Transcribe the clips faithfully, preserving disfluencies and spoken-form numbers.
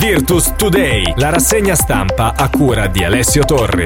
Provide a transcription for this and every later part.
Virtus Today, la rassegna stampa a cura di Alessio Torri.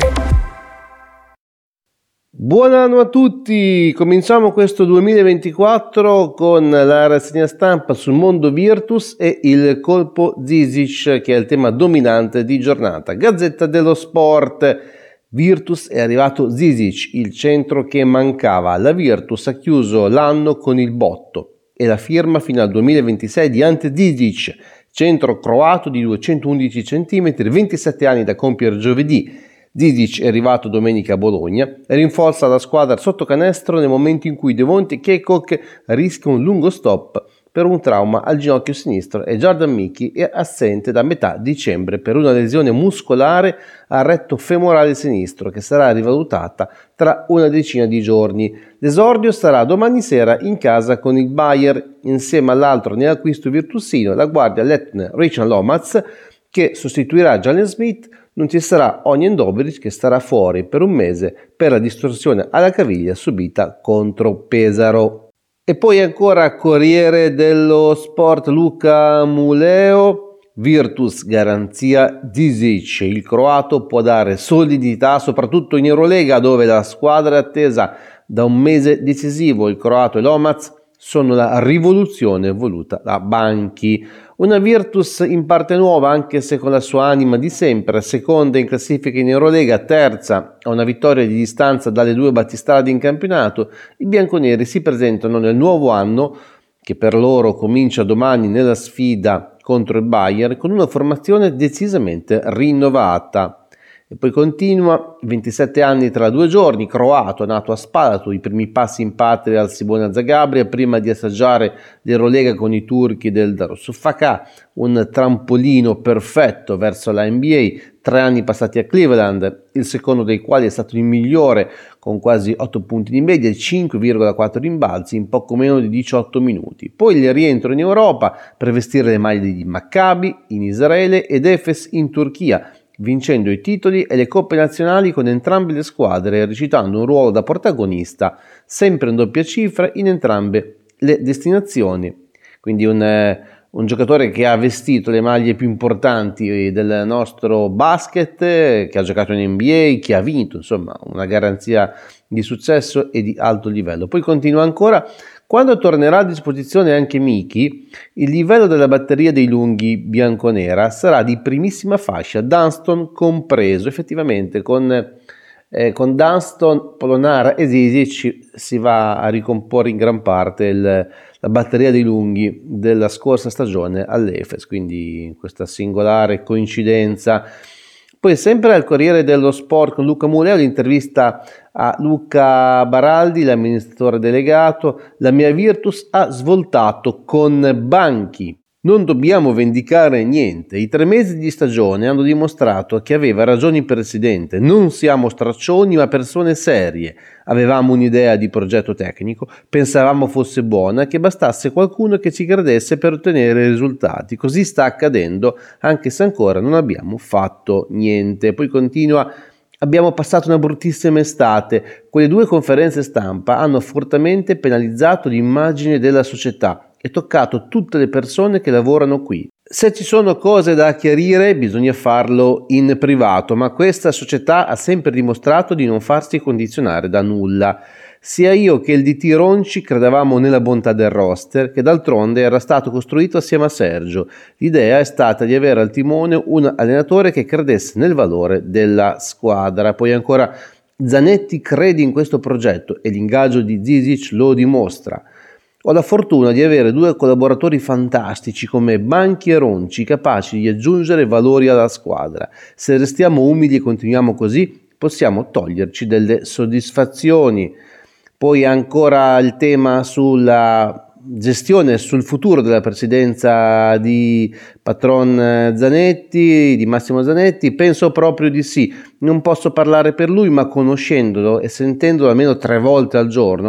Buon anno a tutti, cominciamo questo duemilaventiquattro con la rassegna stampa sul mondo Virtus e il colpo Zizic, che è il tema dominante di giornata. Gazzetta dello Sport, Virtus è arrivato Zizic, il centro che mancava. La Virtus ha chiuso l'anno con il botto e la firma fino al duemilaventisei di Ante Zizic, centro croato di duecentoundici centimetri, ventisette anni da compiere giovedì. Zizic è arrivato domenica a Bologna e rinforza la squadra sotto canestro nel momento in cui Devonte Cacok rischia un lungo stop per un trauma al ginocchio sinistro e Jordan Mickey è assente da metà dicembre per una lesione muscolare al retto femorale sinistro che sarà rivalutata tra una decina di giorni. L'esordio sarà domani sera in casa con il Bayern insieme all'altro nell'acquisto virtusino, la guardia lettone Richard Lomas, che sostituirà Jalen Smith. Non ci sarà Onyen Dobrich, che starà fuori per un mese per la distorsione alla caviglia subita contro Pesaro. E poi ancora Corriere dello Sport, Luca Muleo, Virtus garanzia Zizic, il croato può dare solidità soprattutto in Eurolega dove la squadra è attesa da un mese decisivo. Il croato e l'Omaz sono la rivoluzione voluta da Banchi. Una Virtus in parte nuova anche se con la sua anima di sempre, seconda in classifica in Eurolega, terza a una vittoria di distanza dalle due battistrade in campionato. I bianconeri si presentano nel nuovo anno, che per loro comincia domani nella sfida contro il Bayern, con una formazione decisamente rinnovata. E poi continua, ventisette anni tra due giorni, croato, nato a Spalato, i primi passi in patria al Cibona Zagabria prima di assaggiare l'Eurolega con i turchi del Darüşşafaka, un trampolino perfetto verso la N B A, tre anni passati a Cleveland, il secondo dei quali è stato il migliore con quasi otto punti di media e cinque virgola quattro rimbalzi in poco meno di diciotto minuti. Poi il rientro in Europa per vestire le maglie di Maccabi in Israele ed Efes in Turchia, vincendo i titoli e le coppe nazionali con entrambe le squadre e recitando un ruolo da protagonista sempre in doppia cifra in entrambe le destinazioni. Quindi un, eh, un giocatore che ha vestito le maglie più importanti del nostro basket, eh, che ha giocato in N B A, che ha vinto, insomma una garanzia di successo e di alto livello. Poi continua ancora: quando tornerà a disposizione anche Miki, il livello della batteria dei lunghi bianconera sarà di primissima fascia, Dunston compreso. Effettivamente con, eh, con Dunston, Polonara e Zizic si va a ricomporre in gran parte il, la batteria dei lunghi della scorsa stagione all'Efes, quindi questa singolare coincidenza. Poi sempre al Corriere dello Sport con Luca Muleo l'intervista a Luca Baraldi, l'amministratore delegato. La mia Virtus ha svoltato con Banchi. Non dobbiamo vendicare niente. I tre mesi di stagione hanno dimostrato che aveva ragione il presidente. Non siamo straccioni ma persone serie. Avevamo un'idea di progetto tecnico, pensavamo fosse buona, che bastasse qualcuno che ci credesse per ottenere risultati. Così sta accadendo, anche se ancora non abbiamo fatto niente. Poi continua: abbiamo passato una bruttissima estate. Quelle due conferenze stampa hanno fortemente penalizzato l'immagine della società e toccato tutte le persone che lavorano qui. Se ci sono cose da chiarire bisogna farlo in privato, ma questa società ha sempre dimostrato di non farsi condizionare da nulla. Sia io che il D T Ronci credevamo nella bontà del roster, che d'altronde era stato costruito assieme a Sergio. L'idea è stata di avere al timone un allenatore che credesse nel valore della squadra. Poi ancora: Zanetti crede in questo progetto e l'ingaggio di Zizic lo dimostra. Ho la fortuna di avere due collaboratori fantastici come Banchi e Ronci, capaci di aggiungere valori alla squadra. Se restiamo umili e continuiamo così, possiamo toglierci delle soddisfazioni. Poi ancora il tema sulla gestione, sul futuro della presidenza di Patron Zanetti, di Massimo Zanetti. Penso proprio di sì. Non posso parlare per lui, ma conoscendolo e sentendolo almeno tre volte al giorno,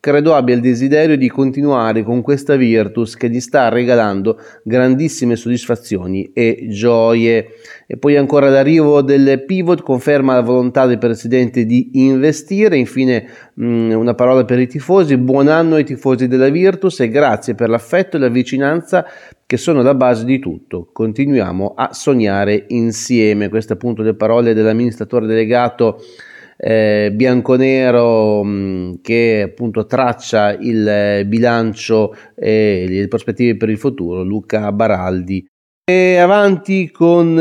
credo abbia il desiderio di continuare con questa Virtus che gli sta regalando grandissime soddisfazioni e gioie. E poi ancora l'arrivo del pivot conferma la volontà del presidente di investire. Infine mh, una parola per i tifosi: buon anno ai tifosi della Virtus e grazie per l'affetto e la vicinanza che sono la base di tutto. Continuiamo a sognare insieme. Queste appunto le parole dell'amministratore delegato Eh, bianconero mh, che appunto traccia il eh, bilancio e le prospettive per il futuro, Luca Baraldi. E avanti con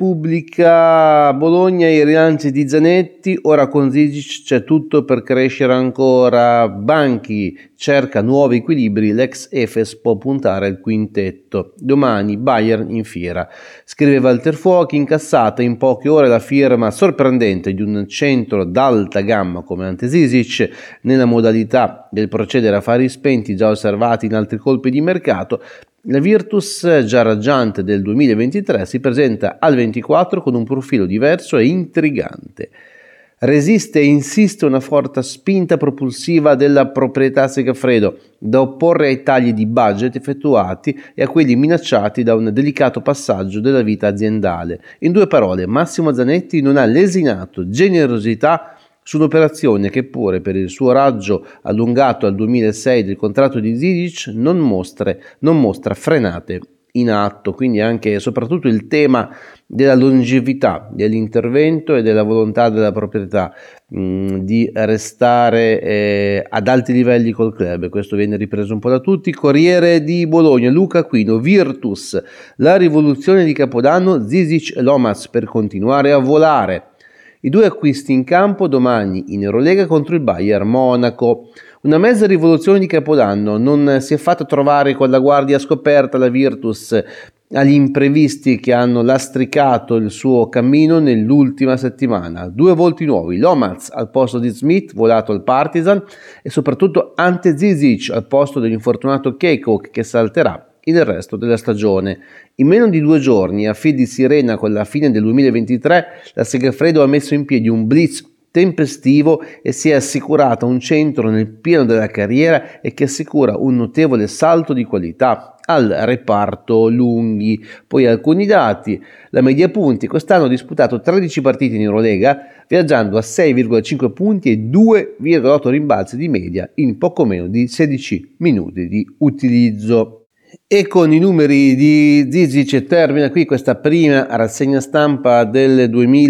Repubblica, Bologna, i rilanci di Zanetti, ora con Zizic c'è tutto per crescere ancora, Banchi cerca nuovi equilibri, l'ex Efes può puntare al quintetto, domani Bayern in fiera, scrive Walter Fuochi, incassata in poche ore la firma sorprendente di un centro d'alta gamma come Ante Zizic, nella modalità del procedere a fari spenti già osservati in altri colpi di mercato. La Virtus, già raggiante del duemilaventitré, si presenta al ventiquattro con un profilo diverso e intrigante. Resiste e insiste una forte spinta propulsiva della proprietà Segafredo, da opporre ai tagli di budget effettuati e a quelli minacciati da un delicato passaggio della vita aziendale. In due parole, Massimo Zanetti non ha lesinato generosità su un'operazione che pure per il suo raggio allungato al duemilasei del contratto di Zizic non, mostre, non mostra frenate in atto, quindi anche e soprattutto il tema della longevità dell'intervento e della volontà della proprietà mh, di restare eh, ad alti livelli col club. Questo viene ripreso un po' da tutti. Corriere di Bologna, Luca Aquino, Virtus, la rivoluzione di Capodanno, Zizic e Lomas per continuare a volare. I due acquisti in campo domani in Eurolega contro il Bayern Monaco. Una mezza rivoluzione di Capodanno, non si è fatta trovare con la guardia scoperta la Virtus agli imprevisti che hanno lastricato il suo cammino nell'ultima settimana. Due volti nuovi, Lomas al posto di Smith, volato al Partizan, e soprattutto Ante Zizic al posto dell'infortunato Keiko che salterà il resto della stagione. In meno di due giorni, a fil di sirena con la fine del duemilaventitré, la Segafredo ha messo in piedi un blitz tempestivo e si è assicurata un centro nel pieno della carriera e che assicura un notevole salto di qualità al reparto lunghi. Poi alcuni dati: la media punti quest'anno ha disputato tredici partite in Eurolega, viaggiando a sei virgola cinque punti e due virgola otto rimbalzi di media in poco meno di sedici minuti di utilizzo. E con i numeri di Zizic termina qui questa prima rassegna stampa del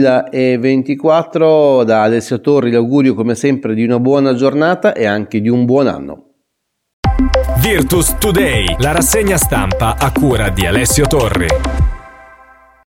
duemilaventiquattro. Da Alessio Torri l'augurio come sempre di una buona giornata e anche di un buon anno. Virtus Today, la rassegna stampa a cura di Alessio Torri.